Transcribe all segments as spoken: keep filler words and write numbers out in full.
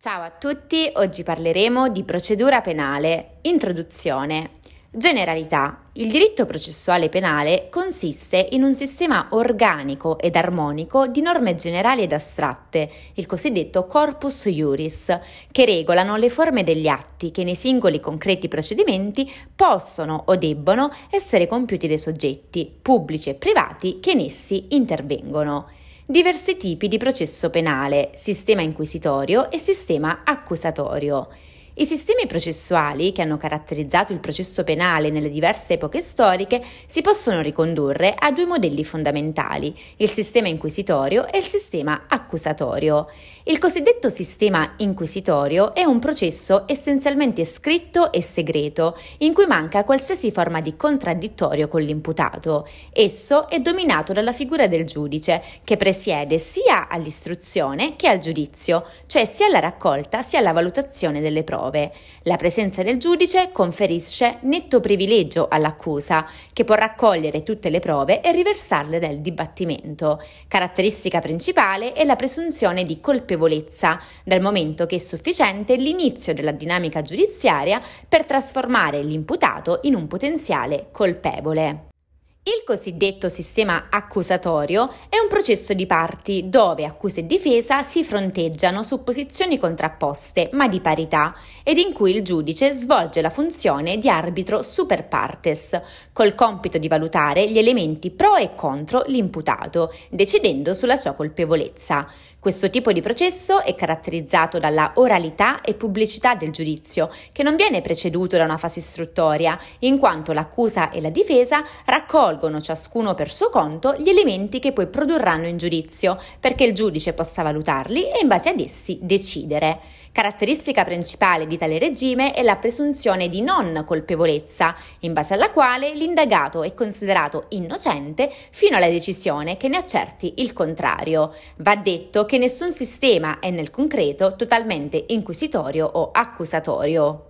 Ciao a tutti, oggi parleremo di procedura penale. Introduzione. Generalità. Il diritto processuale penale consiste in un sistema organico ed armonico di norme generali ed astratte, il cosiddetto corpus iuris, che regolano le forme degli atti che nei singoli concreti procedimenti possono o debbono essere compiuti dai soggetti, pubblici e privati, che in essi intervengono. Diversi tipi di processo penale, sistema inquisitorio e sistema accusatorio. I sistemi processuali che hanno caratterizzato il processo penale nelle diverse epoche storiche si possono ricondurre a due modelli fondamentali, il sistema inquisitorio e il sistema accusatorio. Il cosiddetto sistema inquisitorio è un processo essenzialmente scritto e segreto, in cui manca qualsiasi forma di contraddittorio con l'imputato. Esso è dominato dalla figura del giudice, che presiede sia all'istruzione che al giudizio, cioè sia alla raccolta sia alla valutazione delle prove. La presenza del giudice conferisce netto privilegio all'accusa, che può raccogliere tutte le prove e riversarle nel dibattimento. Caratteristica principale è la presunzione di colpevolezza, dal momento che è sufficiente l'inizio della dinamica giudiziaria per trasformare l'imputato in un potenziale colpevole. Il cosiddetto sistema accusatorio è un processo di parti dove accusa e difesa si fronteggiano su posizioni contrapposte ma di parità ed in cui il giudice svolge la funzione di arbitro super partes, col compito di valutare gli elementi pro e contro l'imputato, decidendo sulla sua colpevolezza. Questo tipo di processo è caratterizzato dalla oralità e pubblicità del giudizio, che non viene preceduto da una fase istruttoria, in quanto l'accusa e la difesa raccolgono ciascuno per suo conto gli elementi che poi produrranno in giudizio, perché il giudice possa valutarli e in base ad essi decidere. Caratteristica principale di tale regime è la presunzione di non colpevolezza, in base alla quale l'indagato è considerato innocente fino alla decisione che ne accerti il contrario. Va detto che nessun sistema è nel concreto totalmente inquisitorio o accusatorio.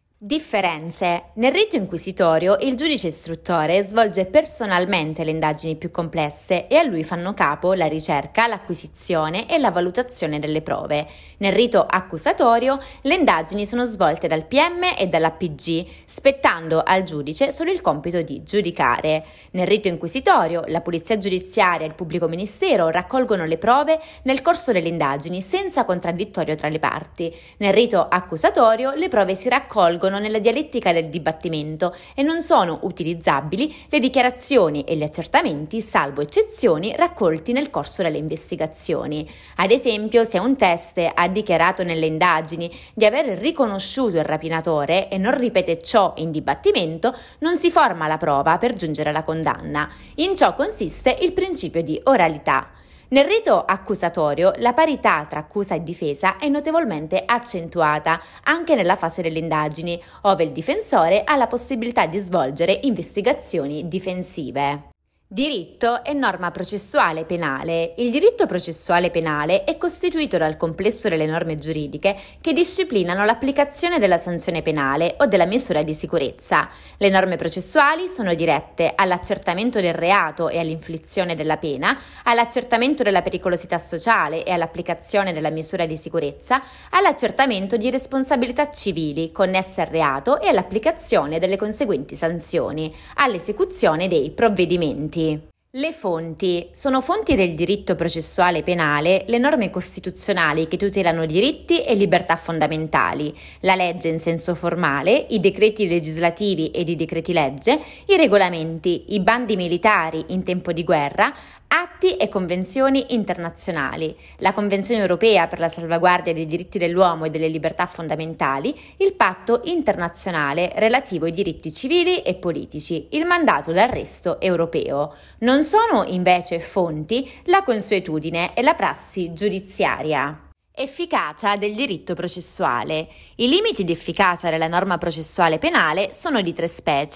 Differenze. Nel rito inquisitorio il giudice istruttore svolge personalmente le indagini più complesse e a lui fanno capo la ricerca, l'acquisizione e la valutazione delle prove. Nel rito accusatorio le indagini sono svolte dal P M e dall'A P G, spettando al giudice solo il compito di giudicare. Nel rito inquisitorio la polizia giudiziaria e il pubblico ministero raccolgono le prove nel corso delle indagini senza contraddittorio tra le parti. Nel rito accusatorio le prove si raccolgono nella dialettica del dibattimento e non sono utilizzabili le dichiarazioni e gli accertamenti, salvo eccezioni, raccolti nel corso delle investigazioni. Ad esempio, se un teste ha dichiarato nelle indagini di aver riconosciuto il rapinatore e non ripete ciò in dibattimento, non si forma la prova per giungere alla condanna. In ciò consiste il principio di oralità. Nel rito accusatorio la parità tra accusa e difesa è notevolmente accentuata anche nella fase delle indagini, ove il difensore ha la possibilità di svolgere investigazioni difensive. Diritto e norma processuale penale. Il diritto processuale penale è costituito dal complesso delle norme giuridiche che disciplinano l'applicazione della sanzione penale o della misura di sicurezza. Le norme processuali sono dirette all'accertamento del reato e all'inflizione della pena, all'accertamento della pericolosità sociale e all'applicazione della misura di sicurezza, all'accertamento di responsabilità civili connesse al reato e all'applicazione delle conseguenti sanzioni, all'esecuzione dei provvedimenti. Le fonti. Sono fonti del diritto processuale penale le norme costituzionali che tutelano diritti e libertà fondamentali, la legge in senso formale, i decreti legislativi ed i decreti legge, i regolamenti, i bandi militari in tempo di guerra, atti e convenzioni internazionali, la Convenzione europea per la salvaguardia dei diritti dell'uomo e delle libertà fondamentali, il patto internazionale relativo ai diritti civili e politici, il mandato d'arresto europeo. Non sono invece fonti la consuetudine e la prassi giudiziaria. Efficacia del diritto processuale. I limiti di efficacia della norma processuale penale sono di tre specie: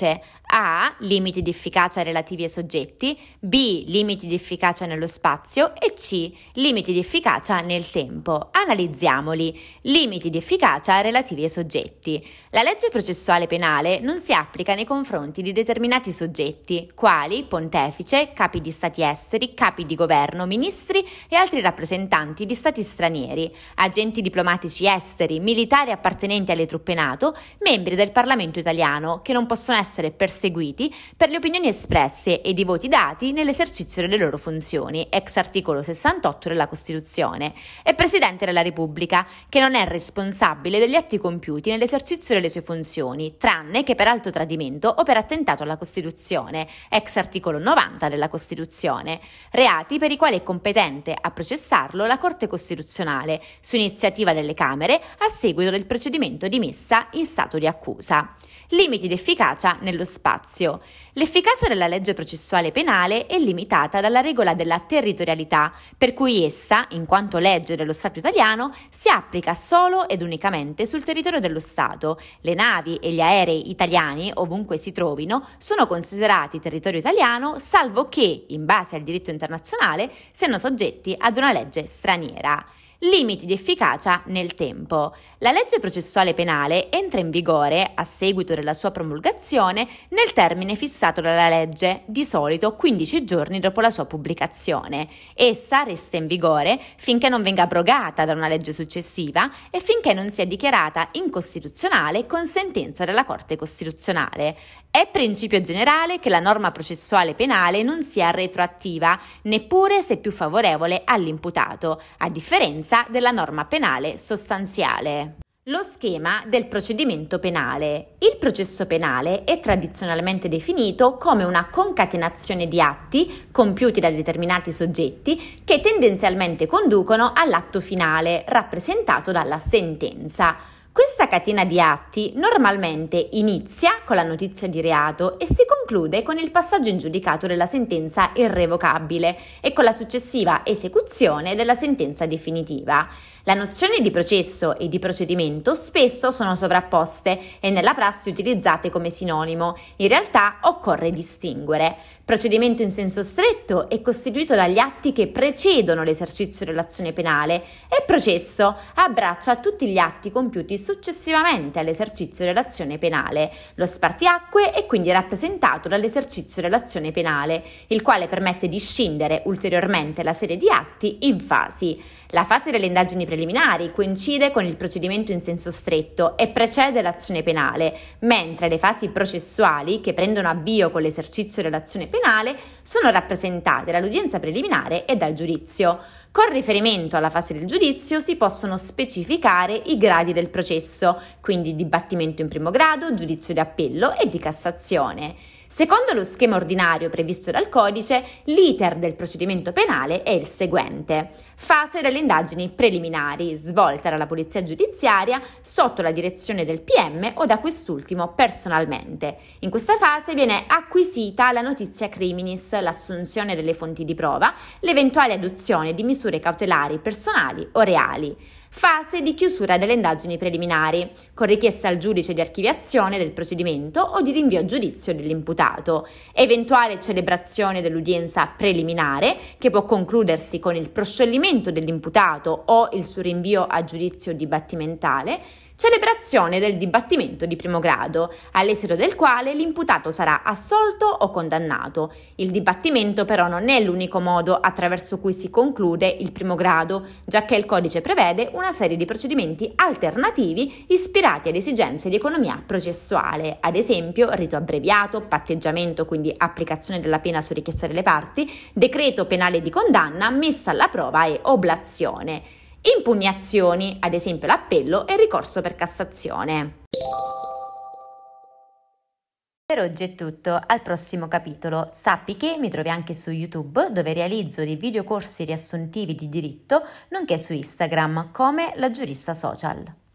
A. Limiti di efficacia relativi ai soggetti, B. Limiti di efficacia nello spazio e C. Limiti di efficacia nel tempo. Analizziamoli. Limiti di efficacia relativi ai soggetti. La legge processuale penale non si applica nei confronti di determinati soggetti, quali pontefice, capi di stati esteri, capi di governo, ministri e altri rappresentanti di stati stranieri, agenti diplomatici esteri, militari appartenenti alle truppe NATO, membri del Parlamento italiano, che non possono essere perseguiti seguiti per le opinioni espresse ed i voti dati nell'esercizio delle loro funzioni, ex articolo sessantotto della Costituzione, e Presidente della Repubblica, che non è responsabile degli atti compiuti nell'esercizio delle sue funzioni, tranne che per alto tradimento o per attentato alla Costituzione, ex articolo novanta della Costituzione, reati per i quali è competente a processarlo la Corte Costituzionale, su iniziativa delle Camere, a seguito del procedimento di messa in stato di accusa. Limiti di efficacia nello spazio. L'efficacia della legge processuale penale è limitata dalla regola della territorialità, per cui essa, in quanto legge dello Stato italiano, si applica solo ed unicamente sul territorio dello Stato. Le navi e gli aerei italiani, ovunque si trovino, sono considerati territorio italiano, salvo che, in base al diritto internazionale, siano soggetti ad una legge straniera. Limiti di efficacia nel tempo. La legge processuale penale entra in vigore, a seguito della sua promulgazione, nel termine fissato dalla legge, di solito quindici giorni dopo la sua pubblicazione. Essa resta in vigore finché non venga abrogata da una legge successiva e finché non sia dichiarata incostituzionale con sentenza della Corte Costituzionale. È principio generale che la norma processuale penale non sia retroattiva, neppure se più favorevole all'imputato, a differenza della norma penale sostanziale. Lo schema del procedimento penale. Il processo penale è tradizionalmente definito come una concatenazione di atti compiuti da determinati soggetti che tendenzialmente conducono all'atto finale, rappresentato dalla sentenza. Questa catena di atti normalmente inizia con la notizia di reato e si conclude con il passaggio in giudicato della sentenza irrevocabile e con la successiva esecuzione della sentenza definitiva. La nozione di processo e di procedimento spesso sono sovrapposte e nella prassi utilizzate come sinonimo. In realtà occorre distinguere. Procedimento in senso stretto è costituito dagli atti che precedono l'esercizio dell'azione penale e processo abbraccia tutti gli atti compiuti successivamente all'esercizio dell'azione penale. Lo spartiacque è quindi rappresentato dall'esercizio dell'azione penale, il quale permette di scindere ulteriormente la serie di atti in fasi. La fase delle indagini preliminari coincide con il procedimento in senso stretto e precede l'azione penale, mentre le fasi processuali, che prendono avvio con l'esercizio dell'azione penale, sono rappresentate dall'udienza preliminare e dal giudizio. Con riferimento alla fase del giudizio si possono specificare i gradi del processo, quindi dibattimento in primo grado, giudizio di appello e di Cassazione. Secondo lo schema ordinario previsto dal codice, l'iter del procedimento penale è il seguente. Fase delle indagini preliminari, svolta dalla polizia giudiziaria sotto la direzione del P M o da quest'ultimo personalmente. In questa fase viene acquisita la notizia criminis, l'assunzione delle fonti di prova, l'eventuale adozione di misure cautelari personali o reali. Fase di chiusura delle indagini preliminari, con richiesta al giudice di archiviazione del procedimento o di rinvio a giudizio dell'imputato. Eventuale celebrazione dell'udienza preliminare, che può concludersi con il proscioglimento dell'imputato o il suo rinvio a giudizio dibattimentale. Celebrazione del dibattimento di primo grado, all'esito del quale l'imputato sarà assolto o condannato. Il dibattimento però non è l'unico modo attraverso cui si conclude il primo grado, giacché il codice prevede una serie di procedimenti alternativi ispirati ad esigenze di economia processuale, ad esempio rito abbreviato, patteggiamento, quindi applicazione della pena su richiesta delle parti, decreto penale di condanna, messa alla prova e oblazione. Impugnazioni, ad esempio l'appello e ricorso per Cassazione. Per oggi è tutto, al prossimo capitolo. Sappi che mi trovi anche su YouTube, dove realizzo dei videocorsi riassuntivi di diritto, nonché su Instagram come La Giurista Social.